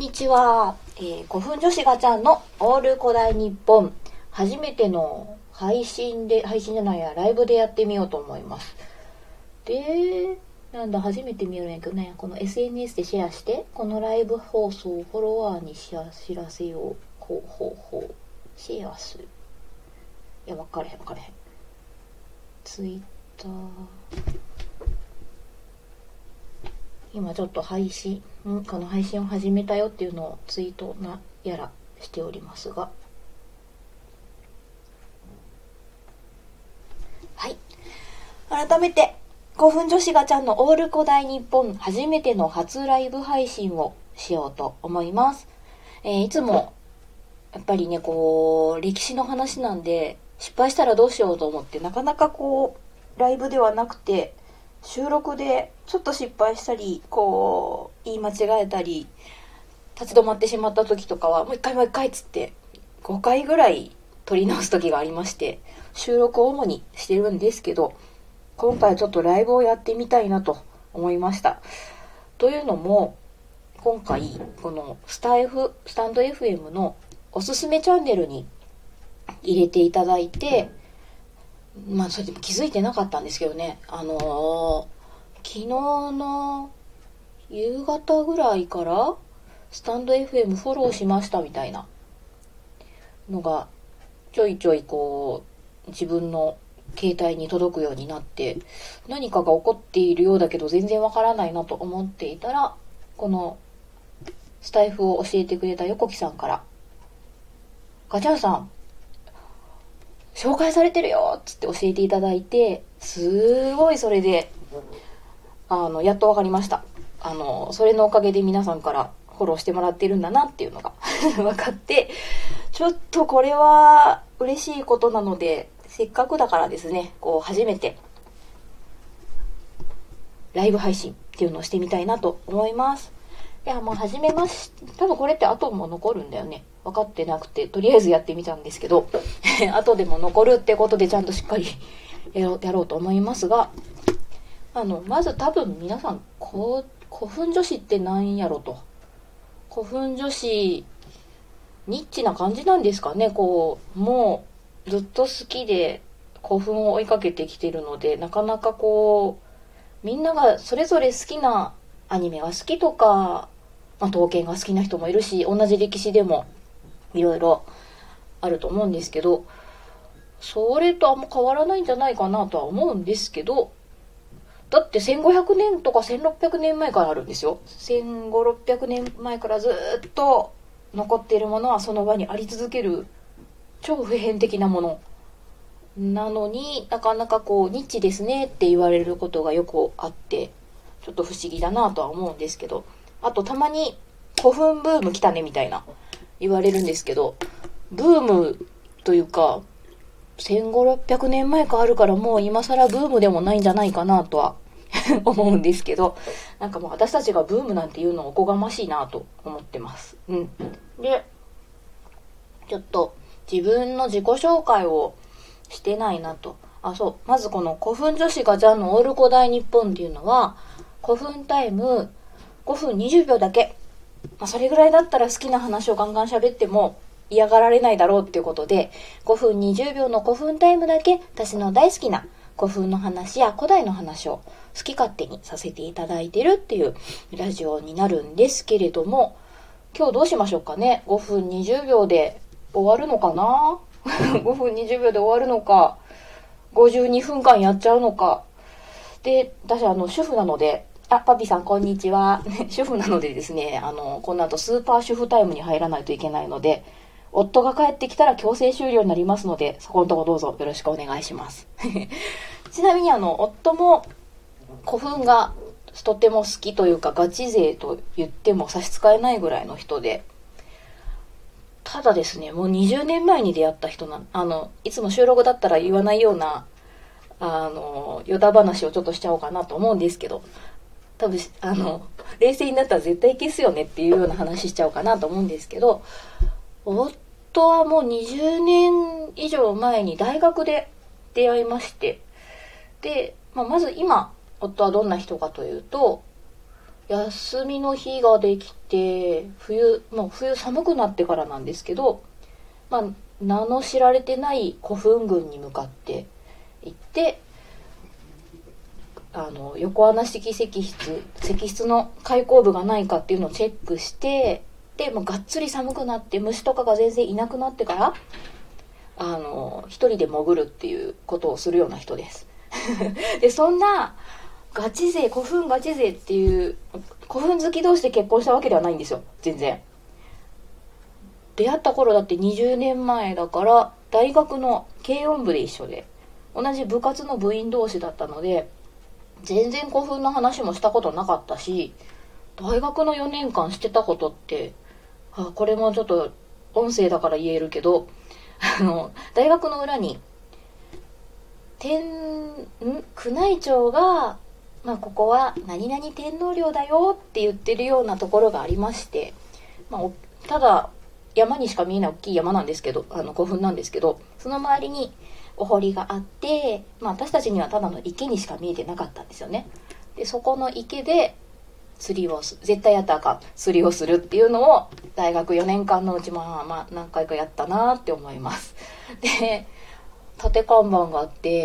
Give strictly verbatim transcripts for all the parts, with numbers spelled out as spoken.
にちは、えー、古墳女子ガチャンのオール古代日本初めての配信で配信じゃないやライブでやってみようと思います。でなんだ初めて見るんやけどね、この エスエヌエス でシェアしてこのライブ放送をフォロワーに知らせよう。ほうほうほうシェアする。いや分かれへん分かれへん。ツイッター今ちょっと配信んこの配信を始めたよっていうのをツイートなやらしておりますが、はい、改めて古墳女子ガチャンのオール古代日本初めての初ライブ配信をしようと思います。えー、いつもやっぱりねこう歴史の話なんで失敗したらどうしようと思ってなかなかこうライブではなくて収録でちょっと失敗したりこう言い間違えたり立ち止まってしまった時とかはもう一回もう一回っつってごかいぐらい撮り直す時がありまして、収録を主にしてるんですけど、今回ちょっとライブをやってみたいなと思いました。というのも今回このスタイフスタンド エフエム のおすすめチャンネルに入れていただいて、まあそれでも気づいてなかったんですけどね、あのー、昨日の夕方ぐらいからスタンド エフエム フォローしましたみたいなのがちょいちょいこう自分の携帯に届くようになって、何かが起こっているようだけど全然わからないなと思っていたら、このスタイフを教えてくれた横木さんからガチャンさん紹介されてるよっつって教えていただいて、すごいそれであのやっと分かりました。あのそれのおかげで皆さんからフォローしてもらってるんだなっていうのが分かって、ちょっとこれは嬉しいことなのでせっかくだからですね、こう初めてライブ配信っていうのをしてみたいなと思います。いやもう始めます。多分これって後も残るんだよね。分かってなくてとりあえずやってみたんですけど後でも残るってことでちゃんとしっかりやろう、やろうと思いますが、あのまず多分皆さんこ古墳女子ってなんやろと、古墳女子ニッチな感じなんですかね。こうもうずっと好きで古墳を追いかけてきてるので、なかなかこうみんながそれぞれ好きなアニメが好きとか、まあ、刀剣が好きな人もいるし、同じ歴史でもいろいろあると思うんですけど、それとあんま変わらないんじゃないかなとは思うんですけど、だってせんごひゃくねんとかせんろっぴゃくねんまえからあるんですよ。せんごひゃくろっぴゃくねんまえからずっと残っているものはその場にあり続ける超普遍的なものなのに、なかなかこうニッチですねって言われることがよくあって、ちょっと不思議だなとは思うんですけど、あとたまに古墳ブーム来たねみたいな言われるんですけど、ブームというかせんごひゃくろっぴゃくねんまえからあるからもう今更ブームでもないんじゃないかなとは思うんですけど、なんかもう私たちがブームなんていうのおこがましいなと思ってます。うん。で、ちょっと自分の自己紹介をしてないなと。あ、そう。まずこの古墳女子ガチャンのオール古代日本っていうのは古墳タイムごふんにじゅうびょうだけ。まあ、それぐらいだったら好きな話をガンガン喋っても嫌がられないだろうっていうことで、ごふんにじゅうびょうの古墳タイムだけ私の大好きな古墳の話や古代の話を好き勝手にさせていただいてるっていうラジオになるんですけれども、今日どうしましょうかね。ごふんにじゅうびょうで終わるのかなごふんにじゅうびょうで終わるのか、ごじゅうにふんかんやっちゃうのかで、私あの主婦なので、あ、パピさんこんにちは主婦なのでですね、あのこの後スーパー主婦タイムに入らないといけないので、夫が帰ってきたら強制終了になりますので、そこのとこどうぞよろしくお願いしますちなみにあの夫も古墳がとても好きというかガチ勢と言っても差し支えないぐらいの人で、ただですねもうにじゅうねんまえに出会った人な、あのいつも収録だったら言わないようなあのヨタ話をちょっとしちゃおうかなと思うんですけど、多分あの冷静になったら絶対消すよねっていうような話しちゃおうかなと思うんですけど、夫はもうにじゅうねん以上前に大学で出会いまして、で、まあ、まず今夫はどんな人かというと、 休みの日ができて、冬、まあ冬寒くなってからなんですけど、まあ名の知られてない古墳群に向かって行って、あの横穴式石室石室の開口部がないかっていうのをチェックして、でもうがっつり寒くなって虫とかが全然いなくなってからあの一人で潜るっていうことをするような人ですでそんなガチ勢古墳ガチ勢っていう古墳好き同士で結婚したわけではないんですよ。全然出会った頃だってにじゅうねんまえだから、大学の軽音部で一緒で同じ部活の部員同士だったので、全然古墳の話もしたことなかったし、大学のよねんかんしてたことって、あ、これもちょっと音声だから言えるけど、あの大学の裏に天ん宮内庁が、まあ、ここは何々天皇陵だよって言ってるようなところがありまして、まあ、ただ山にしか見えない大きい山なんですけど、あの古墳なんですけど、その周りにお堀があって、まあ、私たちにはただの池にしか見えてなかったんですよね。でそこの池で釣りをす絶対やったらあかん釣りをするっていうのを大学よねんかんのうち、まあまあ何回かやったなって思います。で縦看板があって、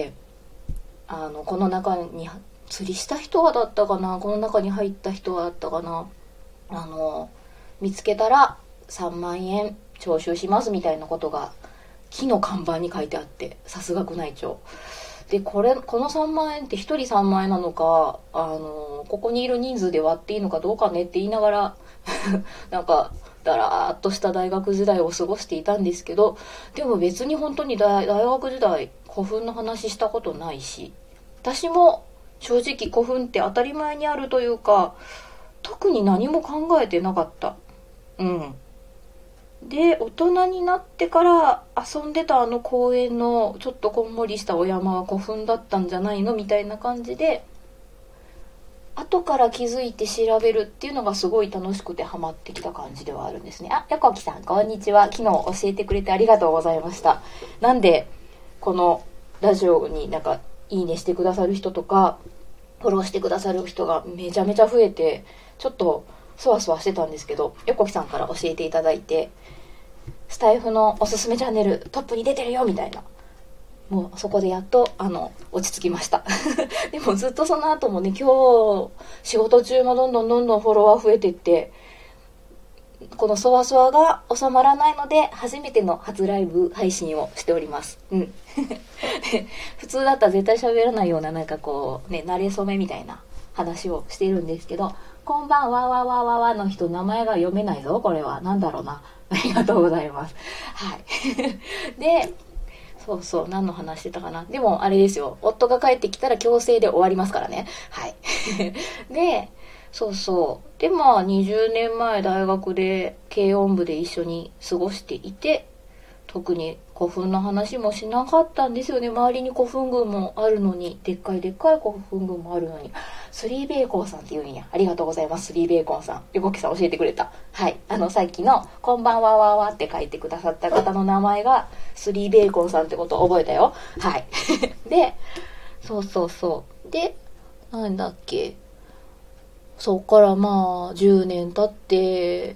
あのこの中に釣りした人はだったかな、この中に入った人はだったかな、あの見つけたらさんまんえん徴収しますみたいなことが木の看板に書いてあって、さすが宮内庁で、これこのさんまんえんってひとりさんまんえんなのか、あのここにいる人数で割っていいのかどうかねって言いながらなんかだらーっとした大学時代を過ごしていたんですけど、でも別に本当に 大, 大学時代古墳の話したことないし、私も正直古墳って当たり前にあるというか、特に何も考えてなかった。うんで大人になってから遊んでたあの公園のちょっとこんもりしたお山は古墳だったんじゃないのみたいな感じで、後から気づいて調べるっていうのがすごい楽しくてハマってきた感じではあるんですね。あ、横木さんこんにちは。昨日教えてくれてありがとうございました。なんでこのラジオになんかいいねしてくださる人とかフォローしてくださる人がめちゃめちゃ増えて、ちょっとそわそわしてたんですけど、横木さんから教えていただいて、スタイフのおすすめチャンネルトップに出てるよみたいな、もうそこでやっとあの落ち着きましたでもずっとその後もね、今日仕事中もどんどんどんどんフォロワー増えていって、このそわそわが収まらないので初めての初ライブ配信をしております。うん普通だったら絶対喋らないような、なんかこうね、慣れ初めみたいな話をしているんですけど、こんばんはわわわわの人名前が読めないぞ、これはなんだろうな。ありがとうございます。はいでそうそう、何の話してたかな。でもあれですよ、夫が帰ってきたら強制で終わりますからね。はいでそうそうで、まあにじゅうねんまえ大学で軽音部で一緒に過ごしていて、特に古墳の話もしなかったんですよね。周りに古墳群もあるのに、でっかいでっかい古墳群もあるのに。スリーベーコンさんって言うんや。ありがとうございます。スリーベーコンさん、横木さん教えてくれた。はい、あのさっきのこんばんはわわって書いてくださった方の名前がスリーベーコンさんってことを覚えたよ。はいでそうそうそうで、なんだっけ、そっからまあじゅうねん経って、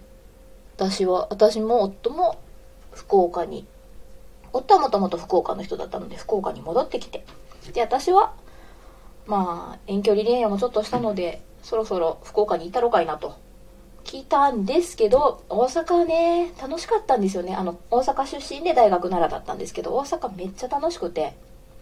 私は私も夫も福岡に、夫はもともと福岡の人だったので福岡に戻ってきて、で私はまあ遠距離恋愛もちょっとしたので、そろそろ福岡にいたろかいなと聞いたんですけど、大阪はね楽しかったんですよね。あの大阪出身で大学奈良だったんですけど、大阪めっちゃ楽しくて、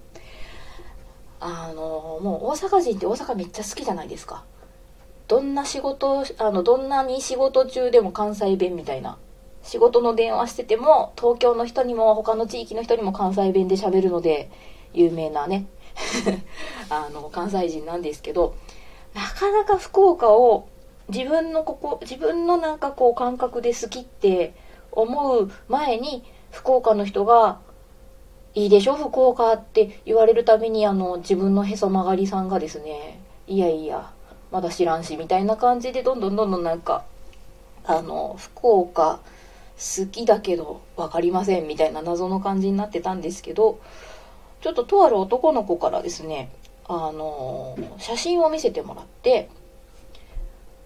あのもう大阪人って大阪めっちゃ好きじゃないですか。どんな仕事あのどんなに仕事中でも関西弁みたいな、仕事の電話してても東京の人にも他の地域の人にも関西弁で喋るので有名なねあの関西人なんですけど、なかなか福岡を自分のここ自分のなんかこう感覚で好きって思う前に、福岡の人がいいでしょ福岡って言われるために、あの自分のへそ曲がりさんがですね、いやいやまだ知らんしみたいな感じで、どんどんどんどんなんかあの福岡好きだけど分かりませんみたいな謎の感じになってたんですけど、ちょっととある男の子からですね、あの写真を見せてもらって、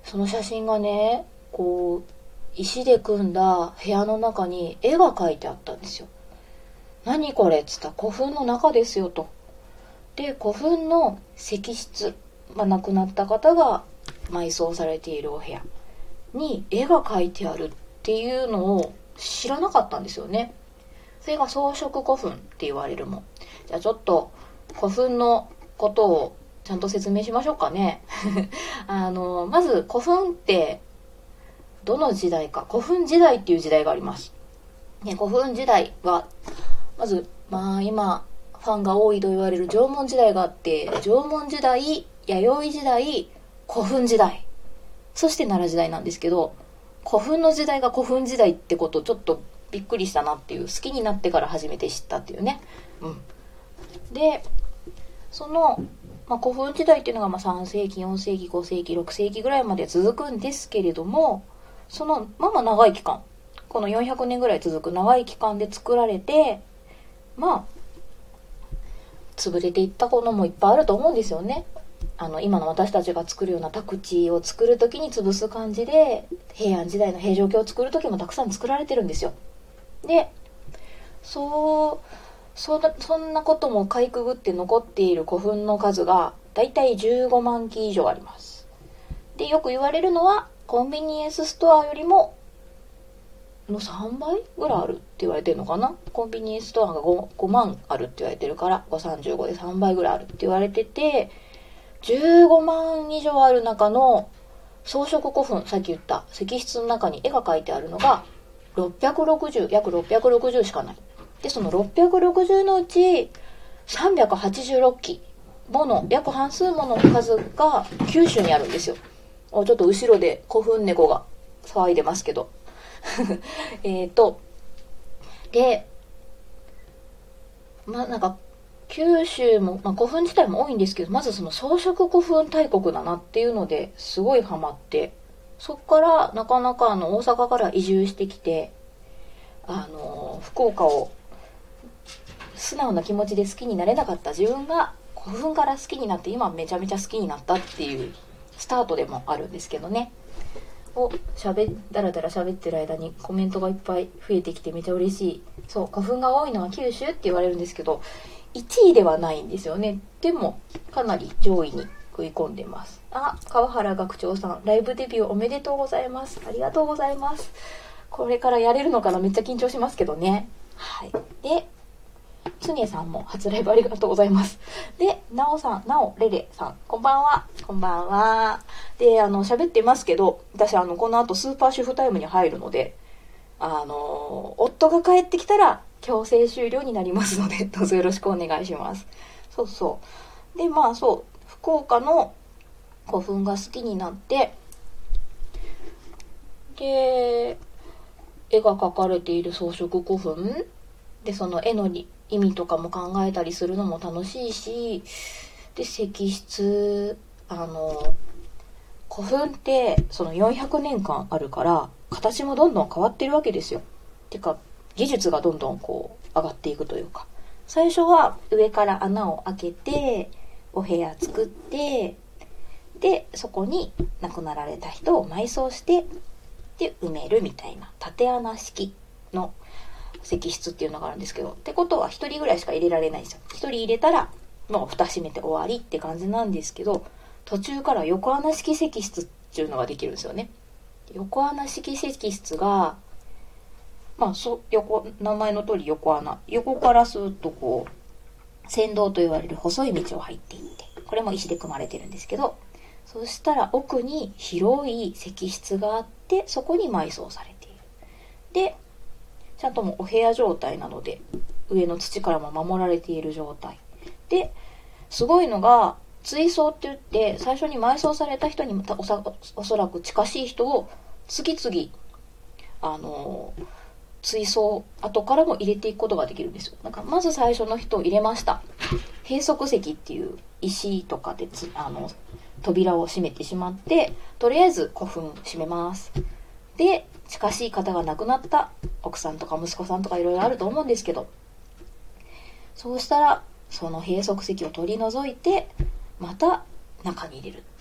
その写真がね、こう石で組んだ部屋の中に絵が描いてあったんですよ。何これっつったら、古墳の中ですよと。で、古墳の石室、まあ、亡くなった方が埋葬されているお部屋に絵が描いてあるっていうのを知らなかったんですよね。それが装飾古墳って言われるもん。じゃあちょっと古墳のことをちゃんと説明しましょうかね。あのまず古墳ってどの時代か。古墳時代っていう時代があります、ね、古墳時代はまず、まあ今ファンが多いと言われる縄文時代があって、縄文時代、弥生時代、古墳時代、そして奈良時代なんですけど、古墳の時代が古墳時代ってことちょっとびっくりしたなっていう、好きになってから初めて知ったっていうね。うん。で、その、まあ、古墳時代っていうのがまあさん世紀、よん世紀、ご世紀、ろく世紀ぐらいまで続くんですけれども、そのまあまあ長い期間、このよんひゃくねんぐらい続く長い期間で作られて、まあ潰れていったものもいっぱいあると思うんですよね。あの今の私たちが作るような宅地を作るときに潰す感じで、平安時代の平城京を作るときもたくさん作られてるんですよ。で、そうそそんなこともかいくぐって残っている古墳の数がだいたいじゅうごまんき以上あります。で、よく言われるのはコンビニエンスストアよりものさんばいぐらいあるって言われてるのかな。コンビニエンスストアが 5, ごまんあるって言われてるから、ごさんじゅうごでさんばいぐらいあるって言われてて、じゅうごまん以上ある中の装飾古墳、さっき言った石室の中に絵が描いてあるのがろっぴゃくろくじゅう、約ろっぴゃくろくじゅうしかない。で、そのろっぴゃくろくじゅうのうちさんびゃくはちじゅうろっきもの、約半数もの数が九州にあるんですよ。ちょっと後ろで古墳猫が騒いでますけどえっとでまあなんか九州も、まあ、古墳自体も多いんですけど、まずその装飾古墳大国だなっていうのですごいハマって、そっからなかなかあの大阪から移住してきて、あの福岡を素直な気持ちで好きになれなかった自分が古墳から好きになって、今めちゃめちゃ好きになったっていうスタートでもあるんですけどね。をしゃべだらだら喋ってる間にコメントがいっぱい増えてきてめちゃ嬉しい。そう、古墳が多いのは九州って言われるんですけど、いちいではないんですよね。でもかなり上位に食い込んでます。あ、川原学長さん、ライブデビューおめでとうございます。ありがとうございます。これからやれるのかな、めっちゃ緊張しますけどね。はい。で、つねさんも初ライブありがとうございます。で、なおさん、なおレレさん、こんばんは。こんばんは。で、あの喋ってますけど、私あのこの後スーパー主婦タイムに入るので、あの夫が帰ってきたら強制終了になりますので、どうぞよろしくお願いします。そうそう。で、まあそう、福岡の古墳が好きになって、で、絵が描かれている装飾古墳で、その絵の意味とかも考えたりするのも楽しいし、で、石室、あの古墳ってそのよんひゃくねんかんあるから形もどんどん変わってるわけですよ。てか技術がどんどんこう上がっていくというか、最初は上から穴を開けてお部屋作って、でそこに亡くなられた人を埋葬してで埋めるみたいな縦穴式の石室っていうのがあるんですけど、ってことはひとりぐらいしか入れられないんですよ。ひとり入れたらもう蓋閉めて終わりって感じなんですけど、途中から横穴式石室っていうのができるんですよね。横穴式石室が、まあそ横名前の通り横穴、横からスーッとこう参道と言われる細い道を入っていって、これも石で組まれてるんですけど、そしたら奥に広い石室があって、そこに埋葬されている。でちゃんともうお部屋状態なので上の土からも守られている状態で、すごいのが追葬って言って、最初に埋葬された人におそ、おそらく近しい人を次々あの追葬後からも入れていくことができるんですよ。なんかまず最初の人を入れました。閉塞石っていう石とかでつあの扉を閉めてしまって、とりあえず古墳閉めます。で近しい方が亡くなった奥さんとか息子さんとかいろいろあると思うんですけど、そうしたらその閉塞石を取り除いてまた中に入れるって、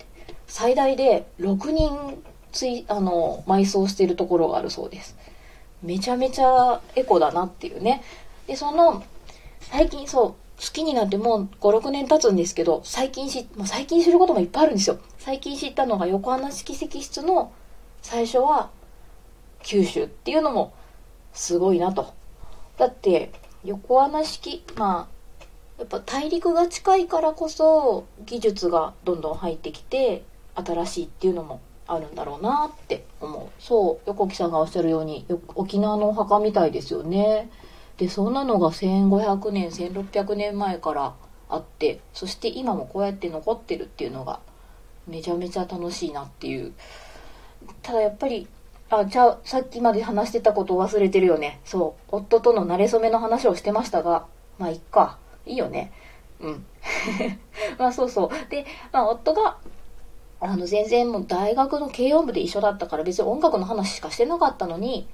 最大でろくにんついあの埋葬しているところがあるそうです。めちゃめちゃエコだなっていうね。でその最近そう好きになってもうごろくねん経つんですけど、最近し、まあ、最近知ることもいっぱいあるんですよ。最近知ったのが横穴式石室の最初は九州っていうのもすごいなと。だって横穴式、まあやっぱ大陸が近いからこそ技術がどんどん入ってきて新しいっていうのもあるんだろうなって思う。そう横木さんがおっしゃるように沖縄のお墓みたいですよね。でそんなのがせんごひゃくねんせんろっぴゃくねんまえからあって、そして今もこうやって残ってるっていうのがめちゃめちゃ楽しいなっていう。ただやっぱりあじゃあさっきまで話してたことを忘れてるよね。そう夫との馴れ初めの話をしてましたが、まあいっか、いいよね。うんまあそうそうで、まあ、夫があの全然もう大学の軽音部で一緒だったから別に音楽の話しかしてなかったのに、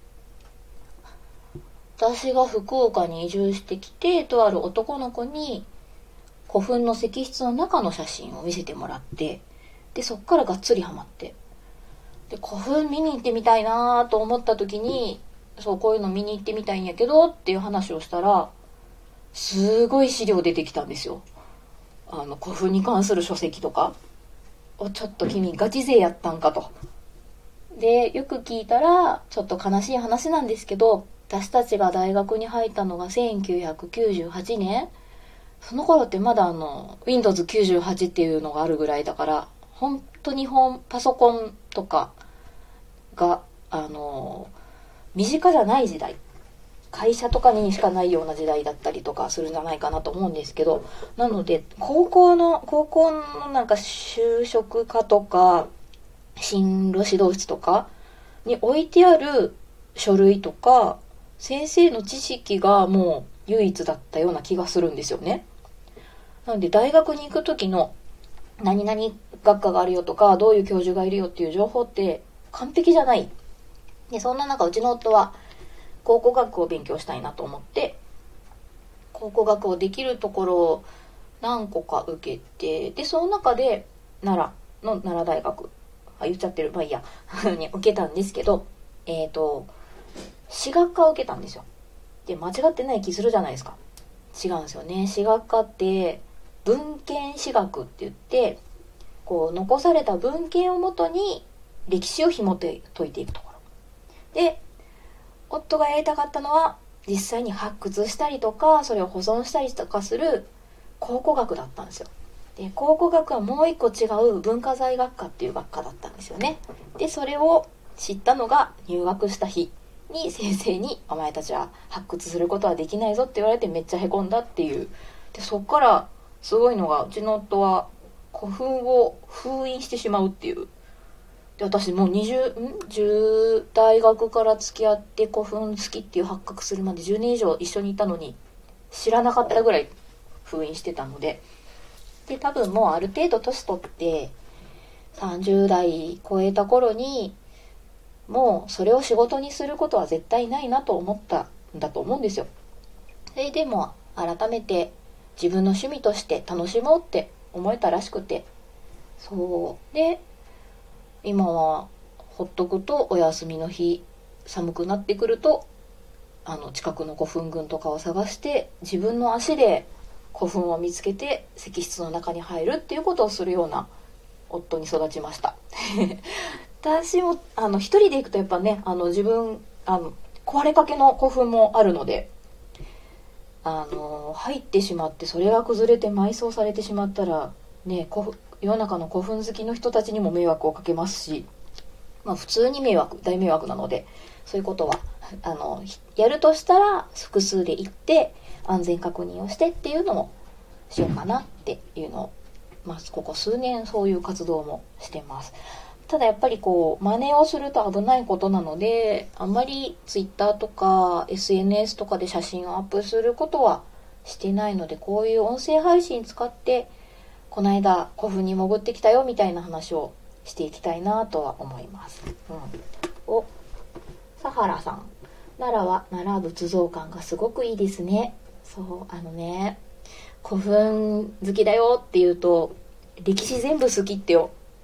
私が福岡に移住してきてとある男の子に古墳の石室の中の写真を見せてもらって、でそっからがっつりハマって、で古墳見に行ってみたいなと思った時に、そうこういうの見に行ってみたいんやけどっていう話をしたら、すごい資料出てきたんですよ。あの古墳に関する書籍とかを、ちょっと君ガチ勢やったんかと。でよく聞いたらちょっと悲しい話なんですけど、私たちが大学に入ったのがせんきゅうひゃくきゅうじゅうはちねん、その頃ってまだあの ウィンドウズきゅうじゅうはち っていうのがあるぐらいだから、本当に本パソコンとかがあの身近じゃない時代、会社とかにしかないような時代だったりとかするんじゃないかなと思うんですけど、なので高校の高校のなんか就職課とか進路指導室とかに置いてある書類とか先生の知識がもう唯一だったような気がするんですよね。なので大学に行く時の何々学科があるよとかどういう教授がいるよっていう情報って完璧じゃない。でそんな中うちの夫は考古学を勉強したいなと思って、考古学をできるところを何個か受けて、でその中で奈良の奈良大学、あ言っちゃってる、まあいいやに受けたんですけど、えっと史学科を受けたんですよ。で間違ってない気するじゃないですか。違うんですよね。史学科って文献史学って言って、こう残された文献をもとに歴史を紐解いていくところで、夫がやりたかったのは実際に発掘したりとかそれを保存したりとかする考古学だったんですよ。で考古学はもう一個違う文化財学科っていう学科だったんですよね。でそれを知ったのが入学した日に先生にお前たちは発掘することはできないぞって言われてめっちゃへこんだっていう。でそっからすごいのがうちの夫は古墳を封印してしまうっていう。で私もうにじゅう、んじゅう大学から付き合って古墳好きっていう発覚するまでじゅうねん以上一緒にいたのに知らなかったぐらい封印してたので、で多分もうある程度年取ってさんじゅう代超えた頃にもうそれを仕事にすることは絶対ないなと思ったんだと思うんですよ。それでも改めて自分の趣味として楽しもうって思えたらしくて、そうで今はほっとくとお休みの日寒くなってくるとあの近くの古墳群とかを探して自分の足で古墳を見つけて石室の中に入るっていうことをするような夫に育ちました私もあの一人で行くとやっぱね、あの自分あの壊れかけの古墳もあるので、あの入ってしまってそれが崩れて埋葬されてしまったらね、世の中の古墳好きの人たちにも迷惑をかけますし、まあ普通に迷惑大迷惑なので、そういうことはあのやるとしたら複数で行って安全確認をしてっていうのもしようかなっていうのを、まあ、ここ数年そういう活動もしてます。ただやっぱりこう真似をすると危ないことなので、あんまりツイッターとか エスエヌエス とかで写真をアップすることはしてないので、こういう音声配信使ってこの間古墳に潜ってきたよみたいな話をしていきたいなとは思います、うん、おサハラさん、奈良は奈良仏像館がすごくいいですね。そうあのね、古墳好きだよって言うと歴史全部好きってお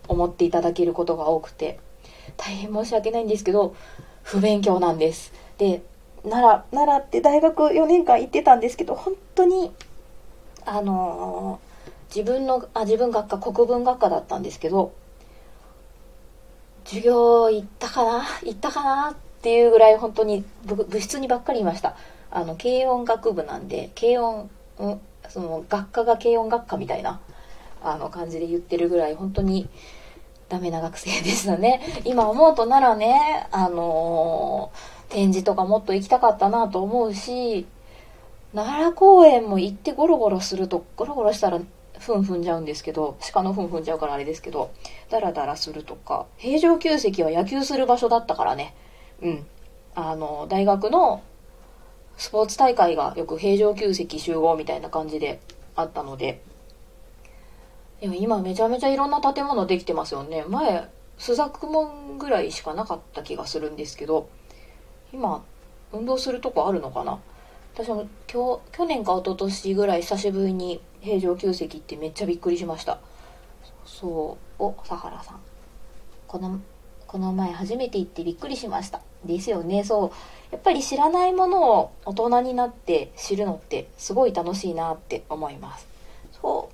思っていただけることが多くて、大変申し訳ないんですけど、不勉強なんです。で、奈良、奈良って大学よねんかん行ってたんですけど、本当に、あのー、自分の、あ、自分学科、国文学科だったんですけど、授業行ったかな行ったかなっていうぐらい本当に部、部室にばっかりいました。あの、軽音楽部なんで、軽音、うん、その学科が軽音楽科みたいな、あの感じで言ってるぐらい本当にダメな学生でしたね。今思うとならね、あのー、展示とかもっと行きたかったなと思うし、奈良公園も行ってゴロゴロすると、ゴロゴロしたらふん踏んじゃうんですけど、鹿のふん踏んじゃうからあれですけど、ダラダラするとか、平城宮跡は野球する場所だったからね。うん。あの、大学のスポーツ大会がよく平城宮跡集合みたいな感じであったので、でも今めちゃめちゃいろんな建物できてますよね。前、朱雀門ぐらいしかなかった気がするんですけど、今、運動するとこあるのかな。私も今日、去年か一昨年ぐらい久しぶりに平城宮跡行ってめっちゃびっくりしました。そう、お、佐原さん。この、この前初めて行ってびっくりしました。ですよね、そう。やっぱり知らないものを大人になって知るのってすごい楽しいなって思います。そう。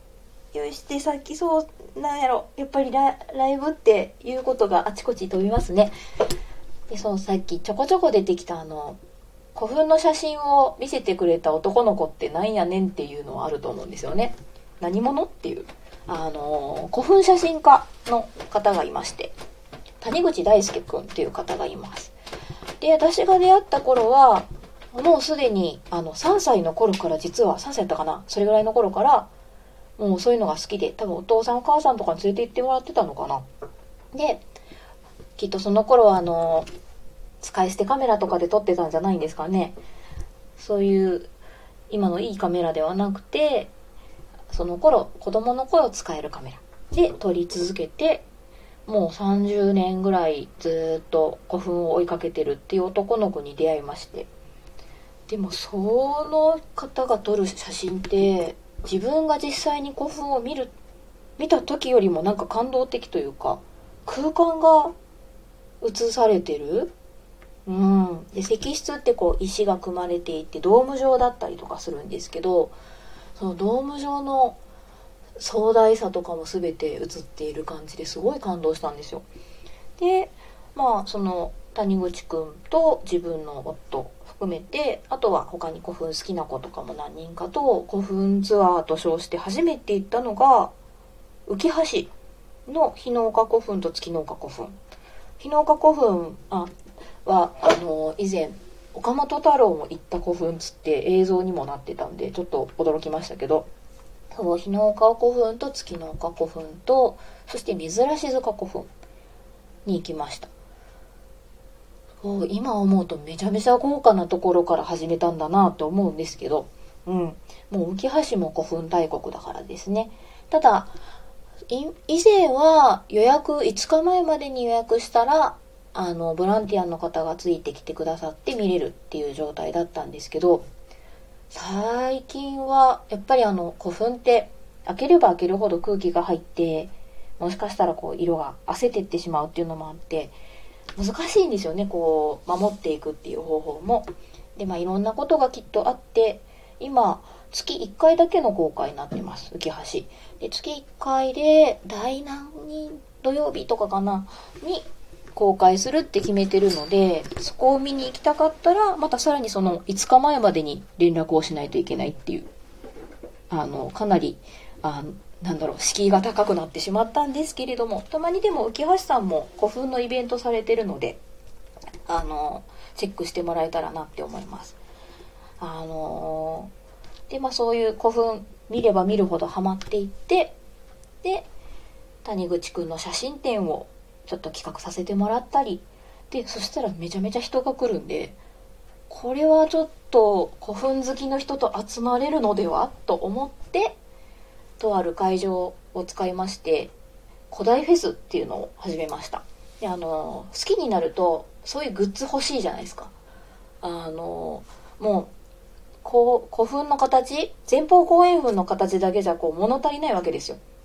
よし、で、さっきそう、なんやろ。やっぱりラ、ライブっていうことがあちこち飛びますね。で、そう、さっきちょこちょこ出てきたあの、古墳の写真を見せてくれた男の子ってなんやねんっていうのはあると思うんですよね。何者っていう。あの、古墳写真家の方がいまして、谷口大輔くんっていう方がいます。で、私が出会った頃は、もうすでにあのさんさいの頃から実は、さんさいだったかな、それぐらいの頃から、もうそういうのが好きで、多分お父さんお母さんとかに連れて行ってもらってたのかな。で、きっとその頃はあの、使い捨てカメラとかで撮ってたんじゃないんですかね。そういう今のいいカメラではなくて、その頃子供の頃使えるカメラで撮り続けて、もうさんじゅうねんぐらいずっと古墳を追いかけてるっていう男の子に出会いまして、でもその方が撮る写真って自分が実際に古墳を見る見た時よりもなんか感動的というか、空間が映されてる。うん、で石室ってこう石が組まれていてドーム状だったりとかするんですけど、そのドーム状の壮大さとかも全て映っている感じですごい感動したんですよ。で、まあその谷口くんと自分の夫含めて、あとは他に古墳好きな子とかも何人かと古墳ツアーと称して初めて行ったのが浮橋の日の岡古墳と月の岡古墳。日の岡古墳あはあの以前岡本太郎も行った古墳つって映像にもなってたんでちょっと驚きましたけど、そう日の岡古墳と月の岡古墳と、そして珍し塚古墳に行きました。そう今思うとめちゃめちゃ豪華なところから始めたんだなと思うんですけど、うん、もう浮橋も古墳大国だからですね。ただ以前は予約いつかまえまでに予約したらあのボランティアの方がついてきてくださって見れるっていう状態だったんですけど、最近はやっぱりあの古墳って開ければ開けるほど空気が入って、もしかしたらこう色が褪せてってしまうっていうのもあって難しいんですよね、こう守っていくっていう方法も。で、まあいろんなことがきっとあって、今月いっかいだけの公開になってます、浮橋で。月いっかいで第何日土曜日とかかなに公開するって決めてるので、そこを見に行きたかったらまたさらにそのいつかまえまでに連絡をしないといけないっていう、あのかなりあなんだろう敷居が高くなってしまったんですけれども、たまにでも浮橋さんも古墳のイベントされてるので、あのチェックしてもらえたらなって思います。あのでまあそういう古墳見れば見るほどハマっていって、で谷口くんの写真展をちょっと企画させてもらったりで、そしたらめちゃめちゃ人が来るんで、これはちょっと古墳好きの人と集まれるのではと思って、とある会場を使いまして古代フェスっていうのを始めました。であの好きになるとそういうグッズ欲しいじゃないですか。あのもうこう古墳の形、前方後円墳の形だけじゃこう物足りないわけですよ。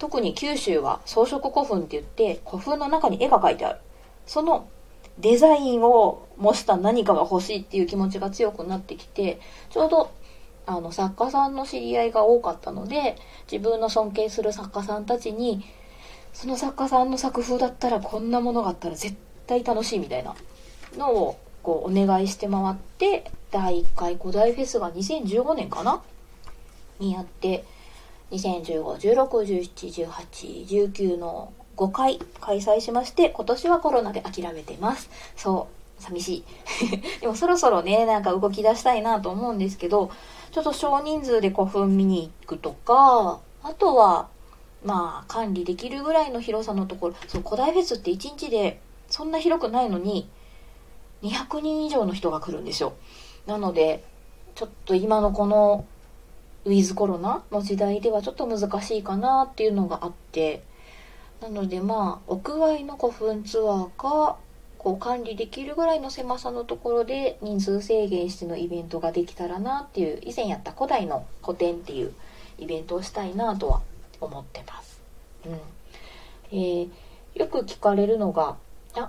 特に九州は装飾古墳って言って古墳の中に絵が描いてある。そのデザインを模した何かが欲しいっていう気持ちが強くなってきて、ちょうどあの作家さんの知り合いが多かったので、自分の尊敬する作家さんたちに、その作家さんの作風だったらこんなものがあったら絶対楽しいみたいなのをこうお願いして回って、だいいっかい古代フェスがにせんじゅうごねんかなにやって、にせんじゅうご、じゅうろく、じゅうなな、じゅうはち、じゅうきゅうのごかい開催しまして、今年はコロナで諦めてます。そう、寂しい。でもそろそろね、なんか動き出したいなと思うんですけど、ちょっと少人数で古墳見に行くとか、あとは、まあ、管理できるぐらいの広さのところ、そう、古代フェスっていちにちでそんな広くないのに、にひゃくにん以上の人が来るんですよ。なので、ちょっと今のこの、ウィズコロナの時代ではちょっと難しいかなっていうのがあって、なのでまあ屋外の古墳ツアーかこう管理できるぐらいの狭さのところで人数制限してのイベントができたらなっていう、以前やった古代の古典っていうイベントをしたいなとは思ってます。うん。えー、よく聞かれるのが、あ、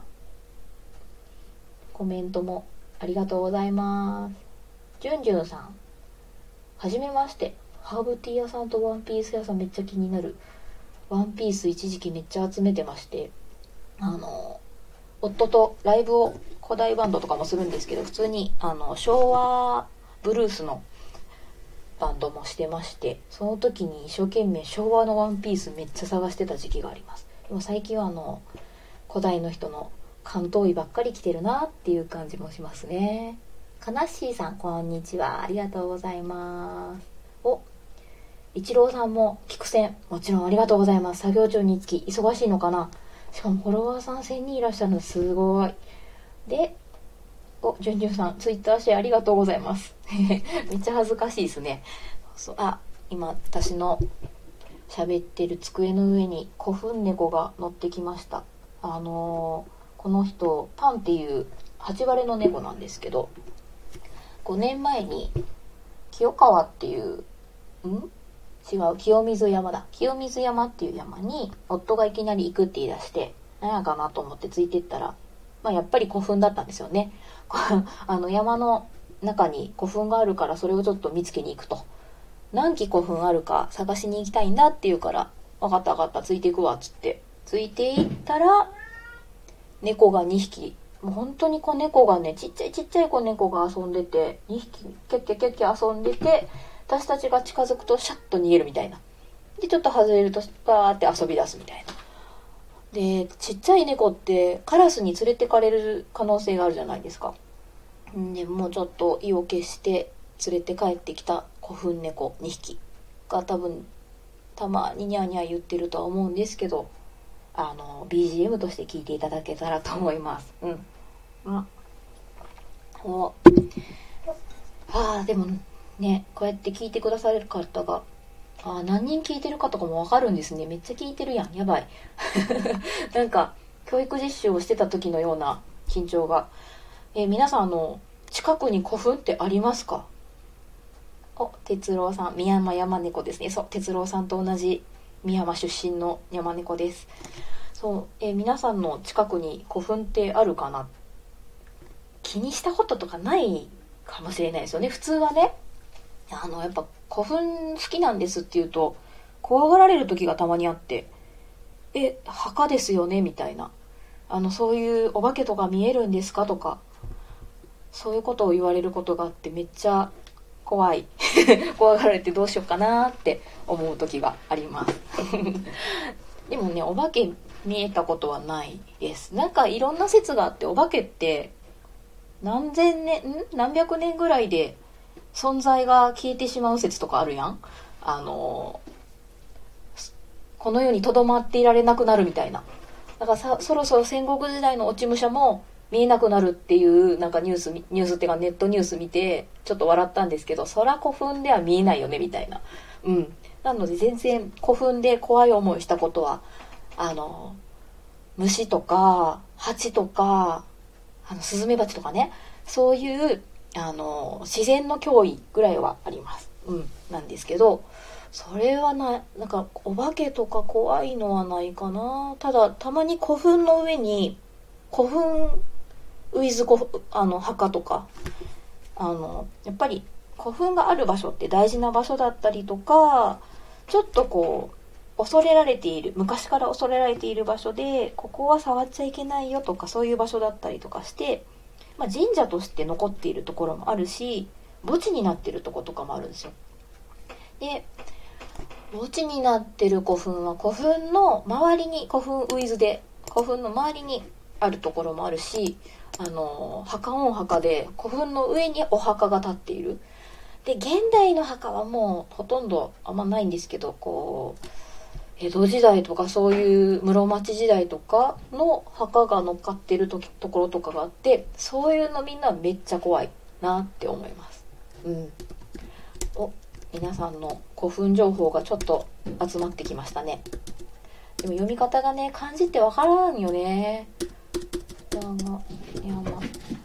コメントもありがとうございます。じゅんじゅんさん、はじめまして。ハーブティー屋さんとワンピース屋さんめっちゃ気になる。ワンピース一時期めっちゃ集めてまして、あの夫とライブを古代バンドとかもするんですけど、普通にあの昭和ブルースのバンドもしてまして、その時に一生懸命昭和のワンピースめっちゃ探してた時期があります。でも最近はあの古代の人の関東医ばっかり来てるなっていう感じもしますね。かなっしーさん、こんにちは。ありがとうございます。お、一郎さんも聞線、もちろんありがとうございます。作業中につき忙しいのかな。しかもフォロワーさんせんにんいらっしゃるのすごい。で、お、じゅんじゅんさん、ツイッターシェアありがとうございます。めっちゃ恥ずかしいですね。そう、あ、今私の喋ってる机の上に古墳猫が乗ってきました。あのー、この人パンっていうハチワレの猫なんですけど、ごねんまえに清川っていう、ん違う、清水山だ。清水山っていう山に夫がいきなり行くって言い出して、何やかなと思ってついてったら、まあやっぱり古墳だったんですよね。あの山の中に古墳があるから、それをちょっと見つけに行くと。何基古墳あるか探しに行きたいんだって言うから、分かった分かった、ついていくわっつって。ついていったら、猫がにひき。もう本当に子猫がね、ちっちゃいちっちゃい子猫が遊んでて、にひきキャッキャキャッキャ遊んでて、私たちが近づくとシャッと逃げるみたいな。で、ちょっと外れるとバーって遊び出すみたいな。で、ちっちゃい猫ってカラスに連れてかれる可能性があるじゃないですか。んで、もうちょっと意を決して連れて帰ってきた古墳猫にひきが多分たまにニャーニャー言ってるとは思うんですけど、あの ビージーエム として聴いていただけたらと思います。うん。あ、お、ああ、でもね、こうやって聞いてくださる方が、あ、何人聞いてるかとかもわかるんですね。めっちゃ聞いてるやん。やばい。なんか教育実習をしてた時のような緊張が。えー、皆さん、あの近くに古墳ってありますか？お、哲郎さん、宮山山猫ですね。そう、哲郎さんと同じ宮山出身の山猫です。そう、えー、皆さんの近くに古墳ってあるかな？気にしたこととかないかもしれないですよね。普通はね、あのやっぱ古墳好きなんですって言うと怖がられる時がたまにあって、え、墓ですよねみたいな、あのそういうお化けとか見えるんですかとか、そういうことを言われることがあって、めっちゃ怖い怖がられてどうしようかなって思う時がありますでもね、お化け見えたことはないです。なんかいろんな説があって、お化けって何千年ん何百年ぐらいで存在が消えてしまう説とかあるやん。あのこの世にとどまっていられなくなるみたいな。だからさ、そろそろ戦国時代の落ち武者も見えなくなるっていうなんかニュースニュースっていうかネットニュース見てちょっと笑ったんですけど、そら古墳では見えないよねみたいな。うん。なので全然古墳で怖い思いしたことは、あの虫とか蜂とか、あのスズメバチとかね、そういうあの自然の脅威ぐらいはあります。うん、なんですけど、 それはな、なんかお化けとか怖いのはないかな。ただたまに古墳の上に古墳ウィズ古あの墓とか、あのやっぱり古墳がある場所って大事な場所だったりとか、ちょっとこう恐れられている、昔から恐れられている場所で、ここは触っちゃいけないよとか、そういう場所だったりとかして、まあ、神社として残っているところもあるし、墓地になっているところとかもあるんですよ。で、墓地になってる古墳は古墳の周りに、古墳ウィズで古墳の周りにあるところもあるし、あの墓オン墓で古墳の上にお墓が建っている。で、現代の墓はもうほとんどあんまないんですけど、こう江戸時代とかそういう室町時代とかの墓が乗っかってるとところとかがあって、そういうのみんなめっちゃ怖いなって思います。うん。お、皆さんの古墳情報がちょっと集まってきましたね。でも読み方がね、漢字ってわからんよね。山、山、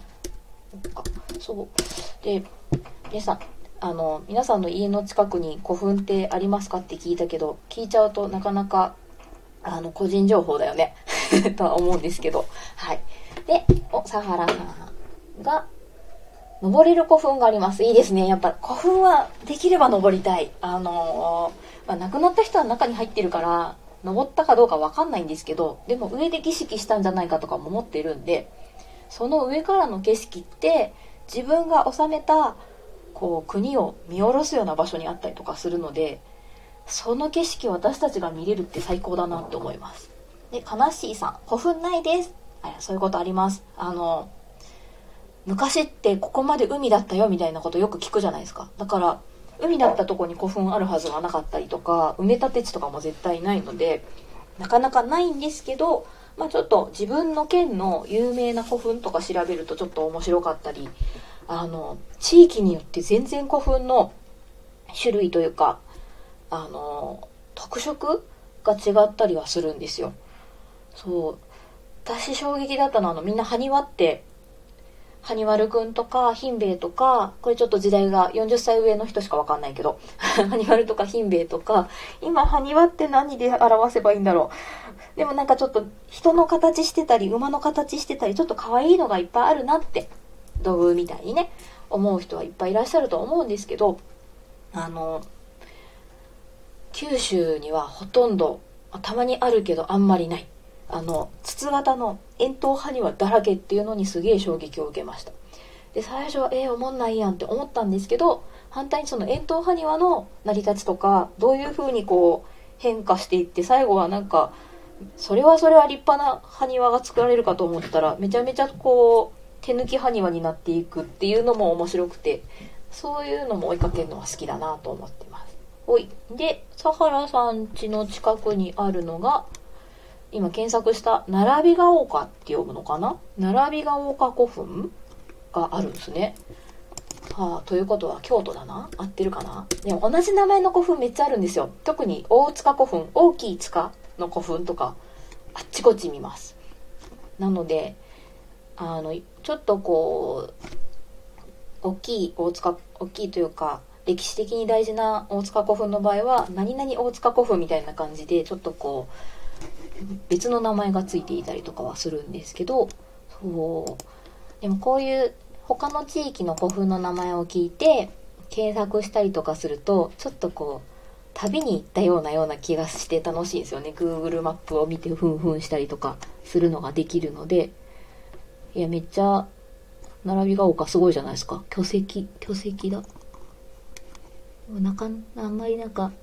そうで、でさ、あの皆さんの家の近くに古墳ってありますかって聞いたけど、聞いちゃうとなかなかあの個人情報だよねとは思うんですけど、はい。で、お、サハラさんが登れる古墳があります。いいですね。やっぱ古墳はできれば登りたい。あのー、まあ、亡くなった人は中に入ってるから登ったかどうかわかんないんですけど、でも上で儀式したんじゃないかとかも思ってるんで、その上からの景色って自分が治めたこう国を見下ろすような場所にあったりとかするので、その景色を私たちが見れるって最高だなと思います。で、かなしーさん、古墳ないです。あ、そういうことあります。あの昔ってここまで海だったよみたいなことよく聞くじゃないですか。だから海だったとこに古墳あるはずがなかったりとか、埋め立て地とかも絶対ないのでなかなかないんですけど、まあちょっと自分の県の有名な古墳とか調べるとちょっと面白かったり、あの地域によって全然古墳の種類というか、あの特色が違ったりはするんですよ。そう、私衝撃だったのは、あのみんな埴輪って、ハニワルくんとかヒンベイとか、これちょっと時代がよんじゅっさい上の人しかわかんないけどハニワルとかヒンベイとか、今ハニワって何で表せばいいんだろう。でもなんかちょっと人の形してたり馬の形してたり、ちょっと可愛いのがいっぱいあるなって、土偶みたいにね思う人はいっぱいいらっしゃると思うんですけど、あの九州にはほとんど、たまにあるけどあんまりない、あの筒型の円筒埴輪だらけっていうのにすげえ衝撃を受けました。で、最初はえー、おもんないやんって思ったんですけど、反対にその円筒埴輪の成り立ちとか、どういう風にこう変化していって、最後はなんかそれはそれは立派な埴輪が作られるかと思ったら、めちゃめちゃこう手抜き埴輪になっていくっていうのも面白くて、そういうのも追いかけるのは好きだなと思ってます。おいで、サハラさん家の近くにあるのが、今検索した並びが丘って読むのかな、並びが丘古墳があるんですね。はあ、ということは京都だな、合ってるかな。でも同じ名前の古墳めっちゃあるんですよ。特に大塚古墳、大きい塚の古墳とかあっちこっち見ます。なのであのちょっとこう大きい大塚、大きいというか歴史的に大事な大塚古墳の場合は何々大塚古墳みたいな感じで、ちょっとこう別の名前がついていたりとかはするんですけど、そうでもこういう他の地域の古墳の名前を聞いて検索したりとかすると、ちょっとこう旅に行ったようなような気がして楽しいんですよね。 Google マップを見てふんふんしたりとかするのができるので、いやめっちゃ並びが丘すごいじゃないですか。巨石、巨石だ。なかあんまりなんか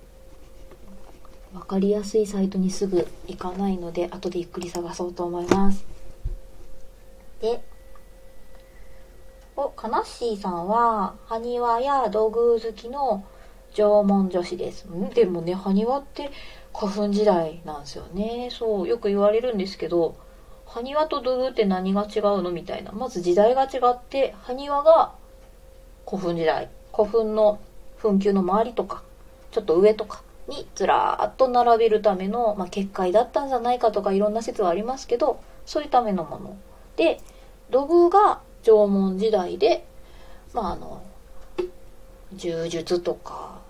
分かりやすいサイトにすぐ行かないので、後でゆっくり探そうと思います。で、お、かなっしーさんは埴輪や土偶好きの縄文女子です。んでもね、埴輪って古墳時代なんですよね。そうよく言われるんですけど、埴輪と土偶って何が違うのみたいな。まず時代が違って、埴輪が古墳時代、古墳の墳丘の周りとかちょっと上とかにずらーっと並べるための、まあ、結界だったんじゃないかとかいろんな説はありますけど、そういうためのもので、土偶が縄文時代で、まああの柔術とか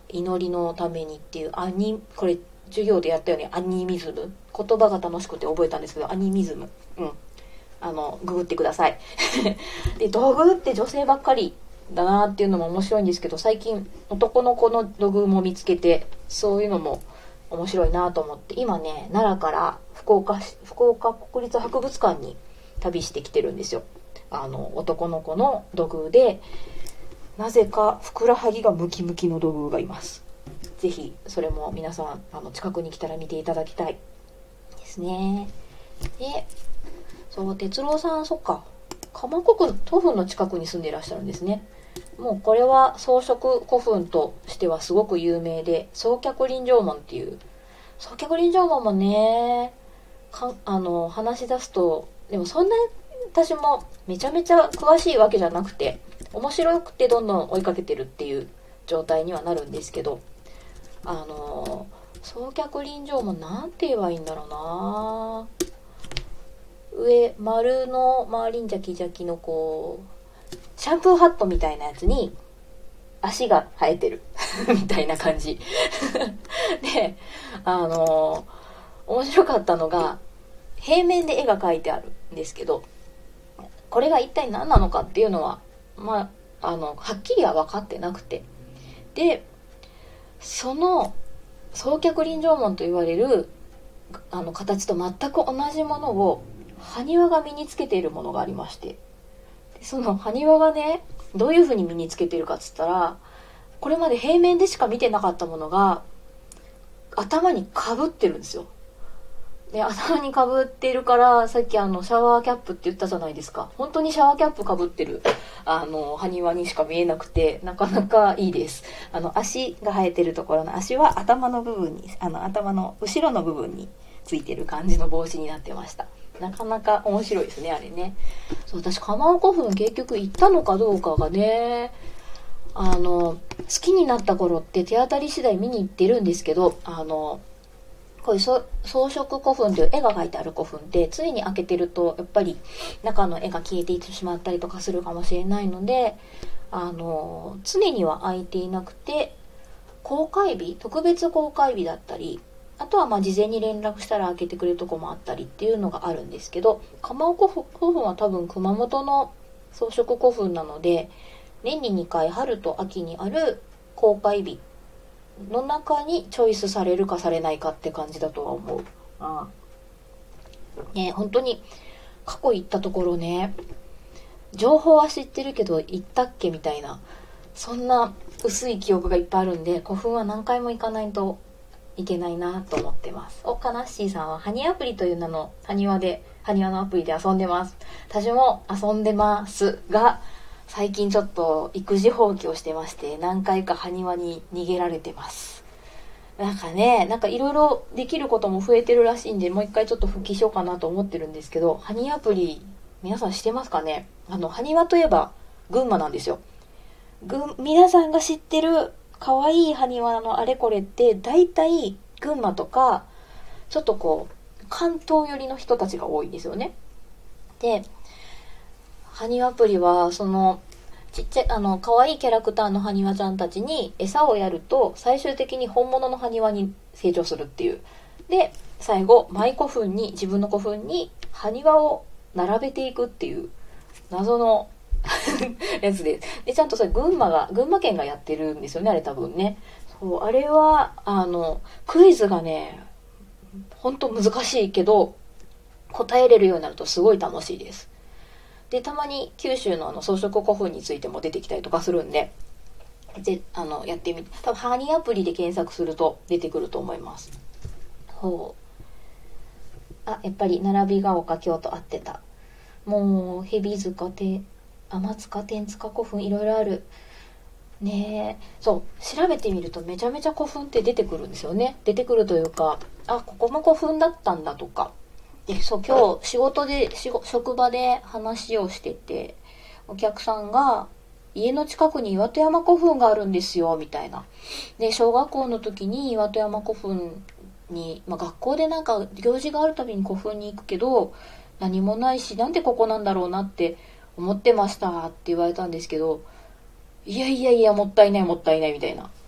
祈りのためにっていうアニ、これ授業でやったよね、アニミズム。言葉が楽しくて覚えたんですけど、アニミズム。うん。あの、ググってください。で、土偶って女性ばっかりだなっていうのも面白いんですけど、最近男の子の土偶も見つけて、そういうのも面白いなと思って、今ね、奈良から福岡市、福岡国立博物館に旅してきてるんですよ。あの、男の子の土偶で、なぜかふくらはぎがムキムキの土偶がいます。ぜひそれも皆さんあの近くに来たら見ていただきたいですね。で、そう哲郎さん、そっか、鎌古区古墳の近くに住んでいらっしゃるんですね。もうこれは装飾古墳としてはすごく有名で、宗脚臨城門っていう、宗脚臨城門もね、かあの話し出すと、でもそんな私もめちゃめちゃ詳しいわけじゃなくて、面白くてどんどん追いかけてるっていう状態にはなるんですけど、あの宗脚臨城門なんて言えばいいんだろうな。上丸の周りんじゃきじゃきのこうシャンプーハットみたいなやつに足が生えてるみたいな感じで、あの面白かったのが、平面で絵が描いてあるんですけど、これが一体何なのかっていうのはまああのはっきりは分かってなくて、でその宗脚臨城門と言われるあの形と全く同じものを埴輪が身につけているものがありまして、でその埴輪がね、どういう風に身につけてるかっつったら、これまで平面でしか見てなかったものが頭にかぶってるんですよ。で頭にかぶってるから、さっきあのシャワーキャップって言ったじゃないですか。本当にシャワーキャップかぶってるあの埴輪にしか見えなくて、なかなかいいです。あの足が生えてるところの足は頭の部分に、あの頭の後ろの部分についてる感じの帽子になってました。なかなか面白いですね、あれね。そう、私鎌尾古墳結局行ったのかどうかがね、あの好きになった頃って手当たり次第見に行ってるんですけど、あのこういう装飾古墳という絵が描いてある古墳って常に開けてるとやっぱり中の絵が消えていってしまったりとかするかもしれないので、あの常には開いていなくて、公開日、特別公開日だったり、あとはまあ事前に連絡したら開けてくれるとこもあったりっていうのがあるんですけど、鎌尾古墳は多分熊本の装飾古墳なので、年ににかい春と秋にある公開日の中にチョイスされるかされないかって感じだとは思う。ああね、本当に過去行ったところね、情報は知ってるけど行ったっけみたいな、そんな薄い記憶がいっぱいあるんで、古墳は何回も行かないといけないなと思ってます。おかなっしーさんはハニアプリという名の埴輪で、埴輪のアプリで遊んでます。私も遊んでますが、最近ちょっと育児放棄をしてまして、何回か埴輪に逃げられてます。なんかね、なんかいろいろできることも増えてるらしいんで、もう一回ちょっと復帰しようかなと思ってるんですけど、ハニアプリ皆さん知ってますかね。あの埴輪といえば群馬なんですよ。ぐ皆さんが知ってる可愛い埴輪のあれこれって大体群馬とかちょっとこう関東寄りの人たちが多いんですよね。で埴輪アプリはそのちっちゃいあの可愛いキャラクターの埴輪ちゃんたちに餌をやると最終的に本物の埴輪に成長するっていう。で最後マイ古墳に、自分の古墳に埴輪を並べていくっていう謎のやつです。でちゃんとそれ群馬が群馬県がやってるんですよね、あれ多分ね。そうあれはあのクイズがねほんと難しいけど答えれるようになるとすごい楽しいです。でたまに九州のあの装飾古墳についても出てきたりとかするんで、ぜあのやってみて、多分ハニーアプリで検索すると出てくると思います。ほう、あ、やっぱり並びが丘京都合ってた。もう蛇塚て天塚天塚古墳いろいろあるね。えそう調べてみるとめちゃめちゃ古墳って出てくるんですよね。出てくるというか、あ、ここも古墳だったんだとか。でそう今日仕事で職場で話をしてて、お客さんが家の近くに岩戸山古墳があるんですよみたいな。で小学校の時に岩戸山古墳に、まあ、学校でなんか行事があるたびに古墳に行くけど何もないし、なんでここなんだろうなって思ってましたって言われたんですけど、いやいやいやもったいないもったいないみたいな。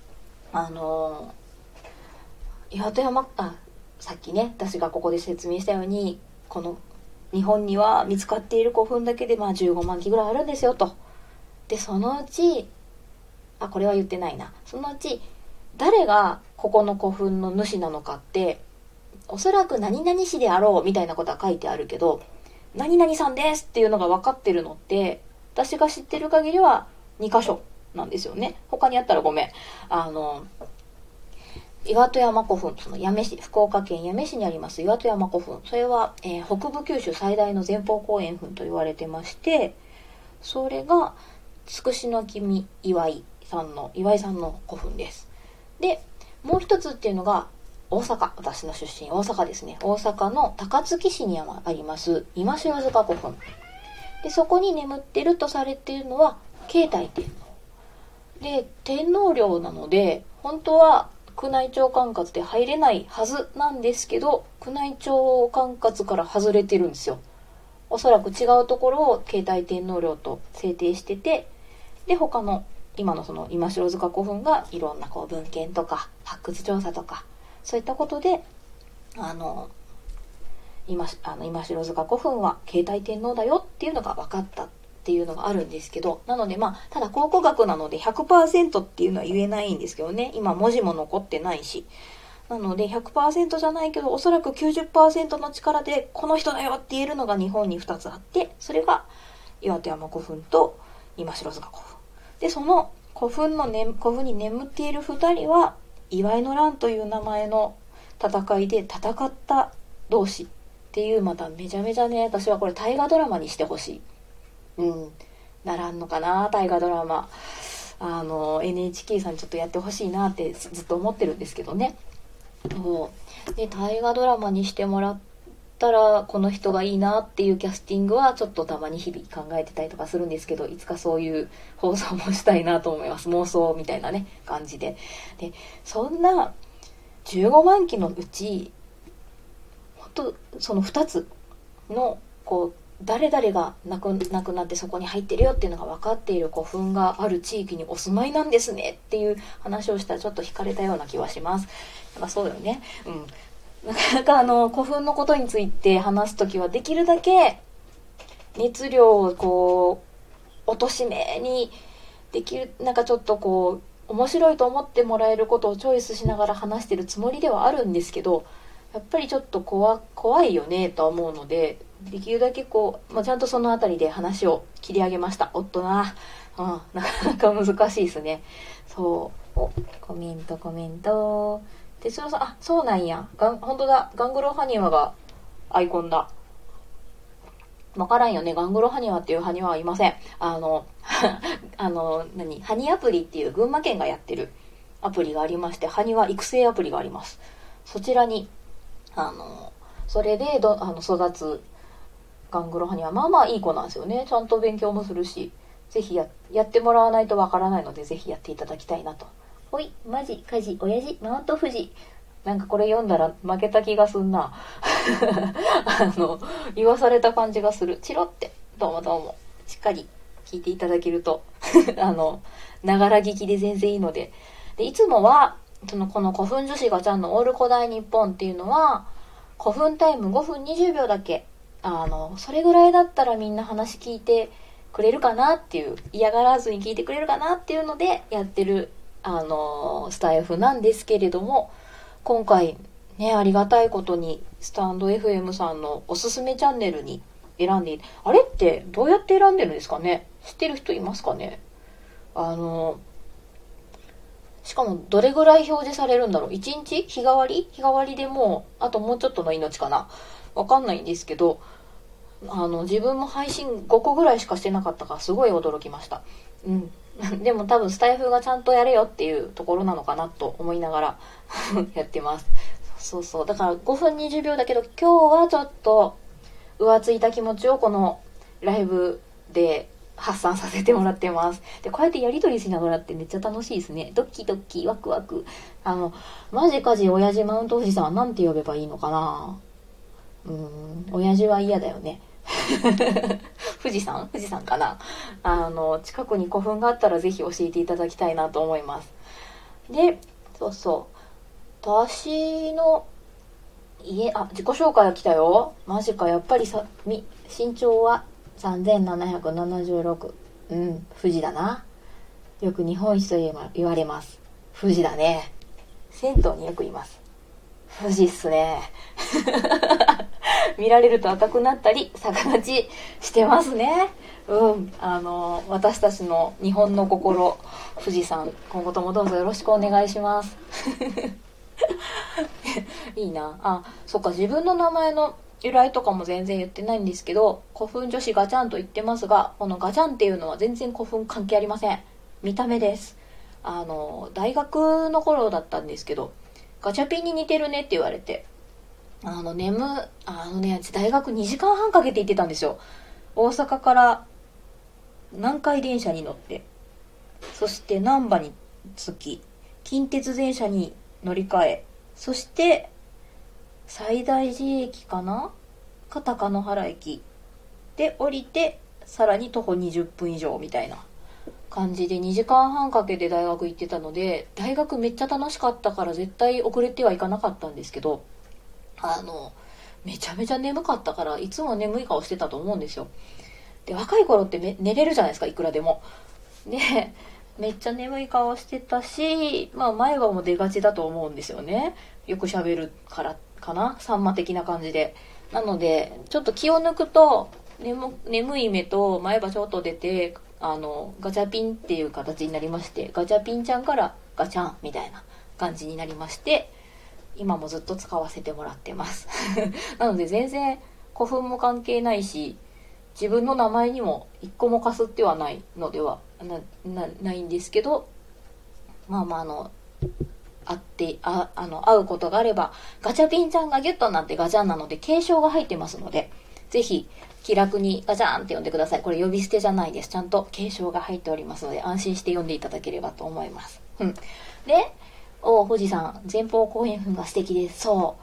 あの岩戸山、あ、さっきね私がここで説明したように、この日本には見つかっている古墳だけでまあじゅうごまんきぐらいあるんですよと。でそのうち、あ、これは言ってないな、そのうち誰がここの古墳の主なのかって、おそらく何々市であろうみたいなことは書いてあるけど、何々さんですっていうのが分かってるのって、私が知ってる限りはにかしょなんですよね。他にあったらごめん。あの岩戸山古墳、その八女市、福岡県八女市にあります岩戸山古墳、それは、えー、北部九州最大の前方後円墳と言われてまして、それがつくしの君岩井さんの岩井さんの古墳です。でもう一つっていうのが大阪、私の出身大阪ですね。大阪の高槻市にあります今城塚古墳で、そこに眠ってるとされているのは慶太天皇で、天皇陵なので本当は宮内庁管轄で入れないはずなんですけど、宮内庁管轄から外れてるんですよ。おそらく違うところを慶太天皇陵と制定してて、で他の今のその今城塚古墳がいろんなこう文献とか発掘調査とかそういったことで、あの今あの今城塚古墳は慶太天皇だよっていうのが分かったっていうのがあるんですけど、なのでまあただ考古学なので ひゃくパーセント っていうのは言えないんですけどね、今文字も残ってないし、なので ひゃくパーセント じゃないけどおそらく きゅうじゅっパーセント の力でこの人だよって言えるのが日本にふたつあって、それが岩戸山古墳と今城塚古墳で、その古墳の、ね、古墳に眠っているふたりは岩井の乱という名前の戦いで戦った同士っていう、まためちゃめちゃね、私はこれ大河ドラマにしてほしい。うんならんのかな、大河ドラマ。あの エヌエイチケー さんにちょっとやってほしいなってずっと思ってるんですけどね。そうで大河ドラマにしてもらったらこの人がいいなっていうキャスティングはちょっとたまに日々考えてたりとかするんですけど、いつかそういう放送もしたいなと思います。妄想みたいなね感じで。でそんなじゅうごまんきのうち本当そのふたつのこう誰々が亡く、亡くなってそこに入ってるよっていうのが分かっている古墳がある地域にお住まいなんですねっていう話をしたらちょっと惹かれたような気はします。やっぱそうだよね。うん。なかなかあの古墳のことについて話すときはできるだけ熱量をこう落としめにできる、なんかちょっとこう面白いと思ってもらえることをチョイスしながら話してるつもりではあるんですけど、やっぱりちょっと怖、怖いよねとは思うので、できるだけこう、まあ、ちゃんとそのあたりで話を切り上げました。おっとな、うん、なかなか難しいですね。そうおコメントコメント哲郎さん、あ、そうなんや、がん本当だ、ガングロハニワがアイコンだ。わからんよね、ガングロハニワっていうハニワはいません。あのあの何ハニアプリっていう群馬県がやってるアプリがありまして、ハニワ育成アプリがあります。そちらにあのそれでどあの育つガングロハニはまあまあいい子なんですよね。ちゃんと勉強もするし、ぜひ や, やってもらわないとわからないので、ぜひやっていただきたいなと。ほい、マジ、カジ、親父、マウント富士。なんかこれ読んだら負けた気がすんな。あの、言わされた感じがする。チロって、どうもどうも。しっかり聞いていただけると、あの、ながら聞きで全然いいので。で、いつもは、そのこの古墳女子ガチャンのオール古代日本っていうのは、古墳タイムごふんにじゅうびょうだけ。あのそれぐらいだったらみんな話聞いてくれるかなっていう、嫌がらずに聞いてくれるかなっていうのでやってるあのスタイフなんですけれども、今回ね、ありがたいことにスタンド エフエム さんのおすすめチャンネルに選んで、あれってどうやって選んでるんですかね。知ってる人いますかね。あのしかもどれぐらい表示されるんだろう。いちにち日替わり日替わりでもうあともうちょっとの命かな、わかんないんですけど、あの自分も配信ごこぐらいしかしてなかったからすごい驚きました。うんでも多分スタイフがちゃんとやれよっていうところなのかなと思いながらやってます。そうそう、だからごふんにじゅうびょうだけど、今日はちょっと浮ついた気持ちをこのライブで発散させてもらってます。で、こうやってやり取りしながらってめっちゃ楽しいですね。ドッキドッキワクワク。あのマジカジ親父マウント富士さんなんて呼べばいいのかな。うーん、親父は嫌だよね。富士山富士山かな。あの近くに古墳があったらぜひ教えていただきたいなと思います。で、 そうそう。私の家、あ、自己紹介が来たよ。マジか、やっぱりさ、み、身長はさんぜんななひゃくななじゅうろく。うん、富士だな。よく日本一と言えば言われます。富士だね。銭湯によくいます。富士っすね。見られると赤くなったり逆立ちしてますね。うん、あの私たちの日本の心、富士山、今後ともどうぞよろしくお願いします。いいなあ。そっか、自分の名前の由来とかも全然言ってないんですけど、古墳女子ガチャンと言ってますが、このガチャンっていうのは全然古墳関係ありません。見た目です。あの大学の頃だったんですけど、ガチャピンに似てるねって言われて、あの眠あのね大学にじかんはんかけて行ってたんですよ。大阪から南海電車に乗って、そして難波に着き、近鉄電車に乗り換え、そして西大寺駅かなか高野原駅で降りて、さらに徒歩にじゅっぷん以上みたいな感じでにじかんはんかけて大学行ってたので、大学めっちゃ楽しかったから絶対遅れてはいかなかったんですけど、あのめちゃめちゃ眠かったからいつも眠い顔してたと思うんですよ。で、若い頃ってめ寝れるじゃないですか、いくらでも。で、めっちゃ眠い顔してたし、まあ前歯も出がちだと思うんですよね。よく喋るからかな、さんま的な感じで。なのでちょっと気を抜くと 眠, 眠い目と前歯ちょっと出て、あのガチャピンっていう形になりまして、ガチャピンちゃんからガチャンみたいな感じになりまして、今もずっと使わせてもらってますなので全然古墳も関係ないし、自分の名前にも一個もかすってはないのでは な, な, ないんですけど、まあまああの会ってああの会うことがあれば、ガチャピンちゃんがギュッとなってガチャンなので継承が入ってますので、ぜひ気楽にガチャンって呼んでください。これ呼び捨てじゃないです。ちゃんと継承が入っておりますので、安心して呼んでいただければと思います。うん。で、お富士山前方後円墳が素敵です。そう。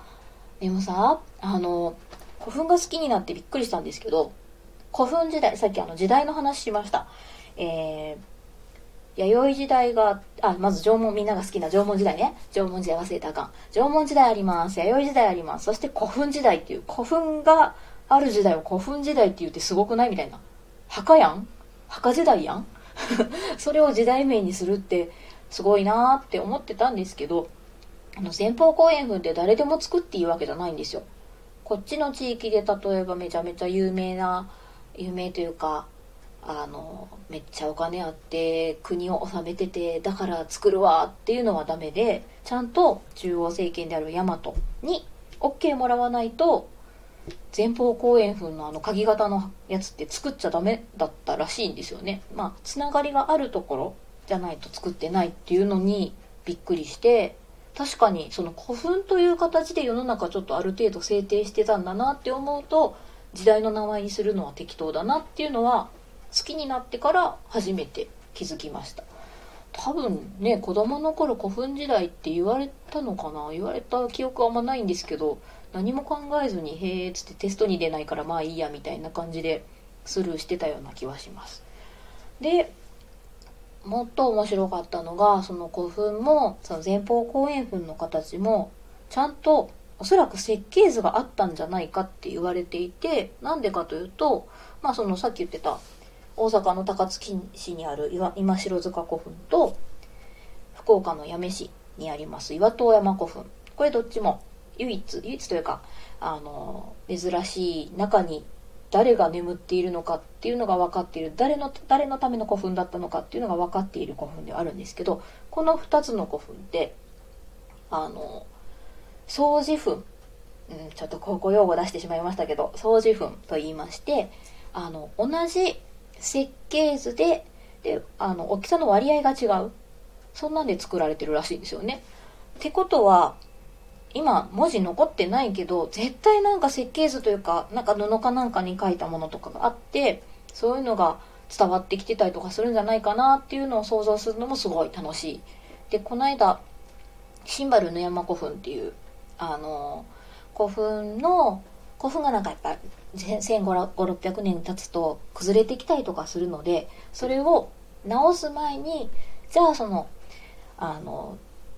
でもさ、あの古墳が好きになってびっくりしたんですけど、古墳時代、さっきあの時代の話しました。えー、弥生時代が、あ、まず縄文、みんなが好きな縄文時代ね。縄文時代忘れたらあかん。縄文時代あります。弥生時代あります。そして古墳時代っていう、古墳がある時代を古墳時代って言ってすごくないみたいな。墓やん墓時代やんそれを時代名にするってすごいなーって思ってたんですけど、あの前方後円墳って誰でも作っていいわけじゃないんですよ。こっちの地域で例えばめちゃめちゃ有名な、有名というか、あのめっちゃお金あって国を治めててだから作るわっていうのはダメで、ちゃんと中央政権である大和に OK もらわないと前方後円墳のあの鍵型のやつって作っちゃダメだったらしいんですよね。まあつながりがあるところじゃないと作ってないっていうのにびっくりして、確かにその古墳という形で世の中ちょっとある程度制定してたんだなって思うと、時代の名前にするのは適当だなっていうのは好きになってから初めて気づきました。多分ね、子供の頃古墳時代って言われたのかな、言われた記憶はあんまないんですけど、何も考えずにへーっつってテストに出ないからまあいいやみたいな感じでスルーしてたような気はします。で、もっと面白かったのが、その古墳もその前方後円墳の形もちゃんとおそらく設計図があったんじゃないかって言われていて、なんでかというと、まあそのさっき言ってた大阪の高槻市にある今城塚古墳と福岡の八女市にあります岩戸山古墳、これどっちも唯一唯一というか、あの珍しい中に誰が眠っているのかっていうのが分かっている、誰の誰のための古墳だったのかっていうのが分かっている古墳ではあるんですけど、このふたつの古墳ってあの掃除墳、うん、ちょっと高校用語出してしまいましたけど、掃除墳と言いまして、あの同じ設計図で、であの大きさの割合が違う、そんなんで作られてるらしいんですよね。ってことは今文字残ってないけど、絶対なんか設計図というか、なんか布かなんかに書いたものとかがあって、そういうのが伝わってきてたりとかするんじゃないかなっていうのを想像するのもすごい楽しい。で、この間新原の山古墳っていうあの古墳の古墳がなんかやっぱせんごひゃく、ろっぴゃくねん経つと崩れてきたりとかするので、それを直す前に、じゃあそのあの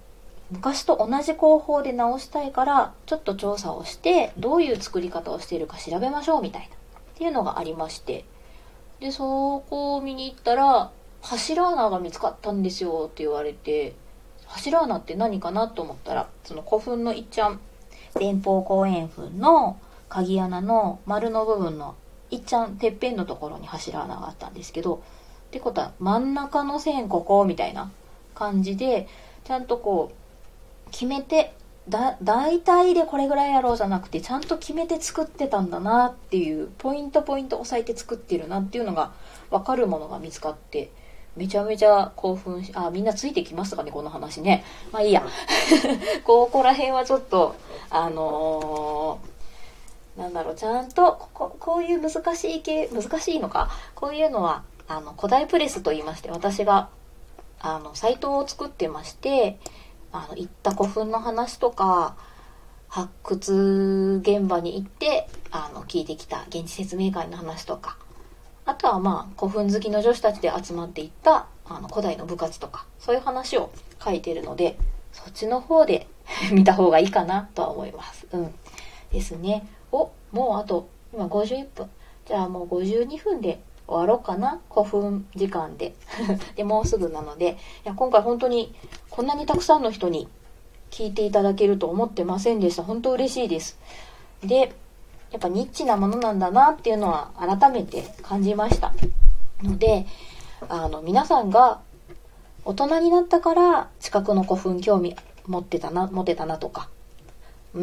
昔と同じ工法で直したいからちょっと調査をしてどういう作り方をしているか調べましょうみたいなっていうのがありまして、でそこを見に行ったら柱穴が見つかったんですよって言われて、柱穴って何かなと思ったら、その古墳のいっちゃん前方後円墳の鍵穴の丸の部分のいっちゃんてっぺんのところに柱穴があったんですけど、ってことは真ん中の線ここみたいな感じでちゃんとこう決めて、だ大体でこれぐらいやろうじゃなくてちゃんと決めて作ってたんだなっていう、ポイントポイント押さえて作ってるなっていうのが分かるものが見つかって、めちゃめちゃ興奮し、あ、みんなついてきますかねこの話ね。まあいいやここら辺はちょっとあのー、なんだろう、ちゃんとこここういう難しい系、難しいのか、こういうのはあの古代プレスと言いまして、私があのサイトを作ってまして、あの行った古墳の話とか発掘現場に行ってあの聞いてきた現地説明会の話とか、あとはまあ古墳好きの女子たちで集まっていったあの古代の部活とか、そういう話を書いてるので、そっちの方で見た方がいいかなとは思います。うんですね。お、もうあと今ごじゅういっぷん、じゃあもうごじゅうにふんで終わろうかな、古墳時間ででもうすぐなので、いや今回本当にこんなにたくさんの人に聞いていただけると思ってませんでした。本当嬉しいです。でやっぱニッチなものなんだなっていうのは改めて感じましたので、あの皆さんが大人になったから近くの古墳興味持ってたな持てたなとか、うん、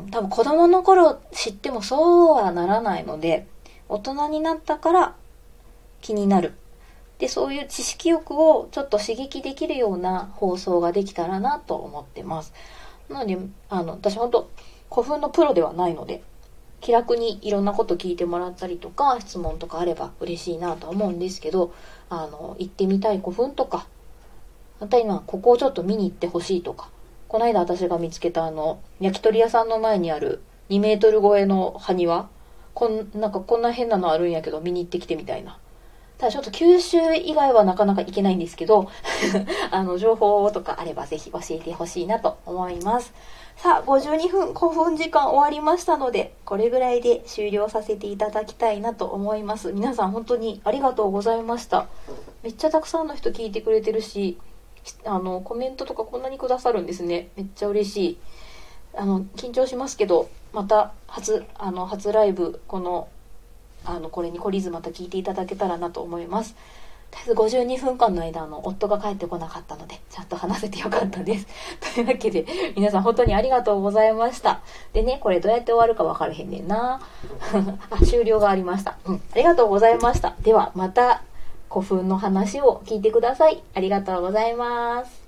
多分子供の頃知ってもそうはならないので、大人になったから気になる。で、そういう知識欲をちょっと刺激できるような放送ができたらなと思ってます。なので、あの、私本当古墳のプロではないので、気楽にいろんなこと聞いてもらったりとか、質問とかあれば嬉しいなと思うんですけど、あの、行ってみたい古墳とか、また今ここをちょっと見に行ってほしいとか、この間私が見つけたあの、焼き鳥屋さんの前にあるにメートル超えの埴輪、こん、なんかこんな変なのあるんやけど見に行ってきてみたいな。ただちょっと九州以外はなかなか行けないんですけどあの情報とかあればぜひ教えてほしいなと思います。さあごじゅうにふん古墳時間終わりましたので、これぐらいで終了させていただきたいなと思います。皆さん本当にありがとうございました。めっちゃたくさんの人聞いてくれてるし、あのコメントとかこんなにくださるんですね。めっちゃ嬉しい。あの緊張しますけど、また初あの初ライブこのあのこれに懲りずまた聞いていただけたらなと思います。とりあえずごじゅうにふんかんの間あの夫が帰ってこなかったのでちゃんと話せてよかったですというわけで皆さん本当にありがとうございました。でね、これどうやって終わるか分からへんねんなあ、終了がありました、うん、ありがとうございました。ではまた古墳の話を聞いてください。ありがとうございます。